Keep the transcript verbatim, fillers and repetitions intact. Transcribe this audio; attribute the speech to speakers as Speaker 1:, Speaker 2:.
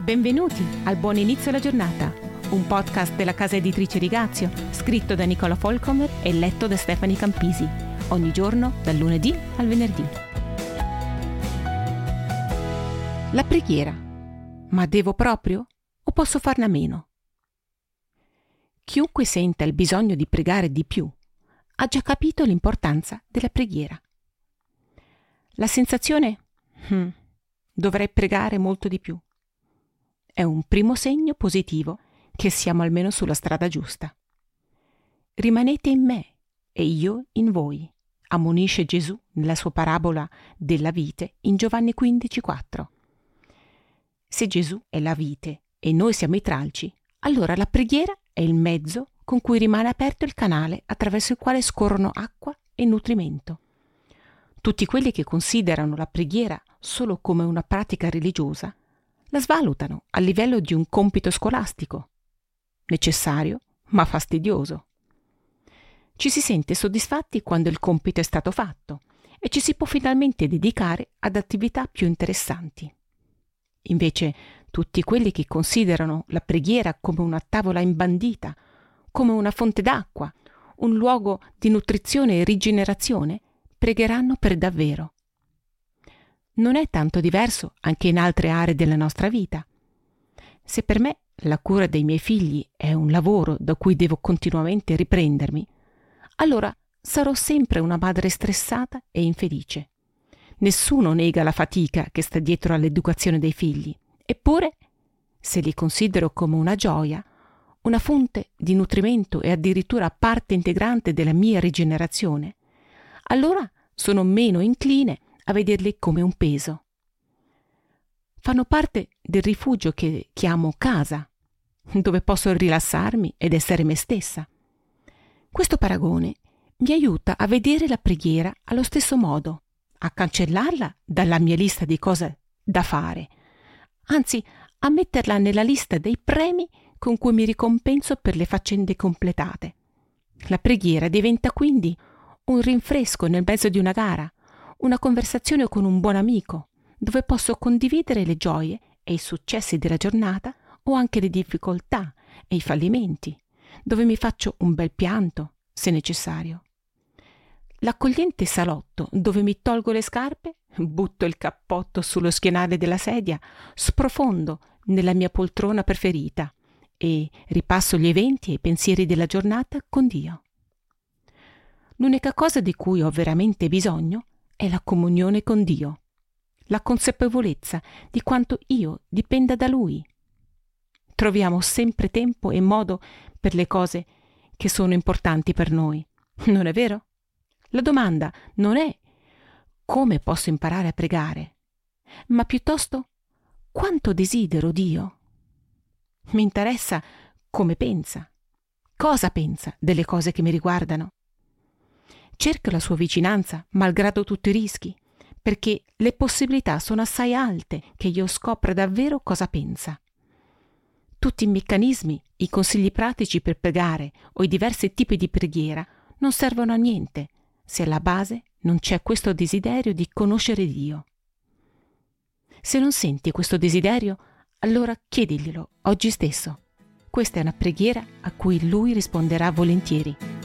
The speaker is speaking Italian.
Speaker 1: Benvenuti al Buon Inizio alla Giornata, un podcast della casa editrice Rigazio, scritto da Nicola Folcomer e letto da Stefani Campisi, ogni giorno dal lunedì al venerdì. La preghiera. Ma devo proprio? O posso farne a meno? Chiunque senta il bisogno di pregare di più ha già capito l'importanza della preghiera. La sensazione hmm, dovrei pregare molto di più è un primo segno positivo che siamo almeno sulla strada giusta. Rimanete in me e io in voi, ammonisce Gesù nella sua parabola della vite in Giovanni quindici quattro. Se Gesù è la vite e noi siamo i tralci, allora la preghiera è il mezzo con cui rimane aperto il canale attraverso il quale scorrono acqua e nutrimento. Tutti quelli che considerano la preghiera solo come una pratica religiosa la svalutano a livello di un compito scolastico, necessario ma fastidioso. Ci si sente soddisfatti quando il compito è stato fatto e ci si può finalmente dedicare ad attività più interessanti. Invece tutti quelli che considerano la preghiera come una tavola imbandita, come una fonte d'acqua, un luogo di nutrizione e rigenerazione, pregheranno per davvero. Non è tanto diverso anche in altre aree della nostra vita. Se per me la cura dei miei figli è un lavoro da cui devo continuamente riprendermi, allora sarò sempre una madre stressata e infelice. Nessuno nega la fatica che sta dietro all'educazione dei figli, eppure, se li considero come una gioia, una fonte di nutrimento e addirittura parte integrante della mia rigenerazione, allora sono meno incline a vederli come un peso. Fanno parte del rifugio che chiamo casa, dove posso rilassarmi ed essere me stessa. Questo paragone mi aiuta a vedere la preghiera allo stesso modo, a cancellarla dalla mia lista di cose da fare, anzi a metterla nella lista dei premi con cui mi ricompenso per le faccende completate. La preghiera diventa quindi un rinfresco nel mezzo di una gara, una conversazione con un buon amico, dove posso condividere le gioie e i successi della giornata o anche le difficoltà e i fallimenti, dove mi faccio un bel pianto, se necessario. L'accogliente salotto dove mi tolgo le scarpe, butto il cappotto sullo schienale della sedia, sprofondo nella mia poltrona preferita e ripasso gli eventi e i pensieri della giornata con Dio. L'unica cosa di cui ho veramente bisogno è la comunione con Dio, la consapevolezza di quanto io dipenda da Lui. Troviamo sempre tempo e modo per le cose che sono importanti per noi, non è vero? La domanda non è come posso imparare a pregare, ma piuttosto quanto desidero Dio. Mi interessa come pensa, cosa pensa delle cose che mi riguardano. Cerco la sua vicinanza, malgrado tutti i rischi, perché le possibilità sono assai alte che io scopra davvero cosa pensa. Tutti i meccanismi, i consigli pratici per pregare o i diversi tipi di preghiera non servono a niente se alla base non c'è questo desiderio di conoscere Dio. Se non senti questo desiderio, allora chiediglielo oggi stesso. Questa è una preghiera a cui Lui risponderà volentieri.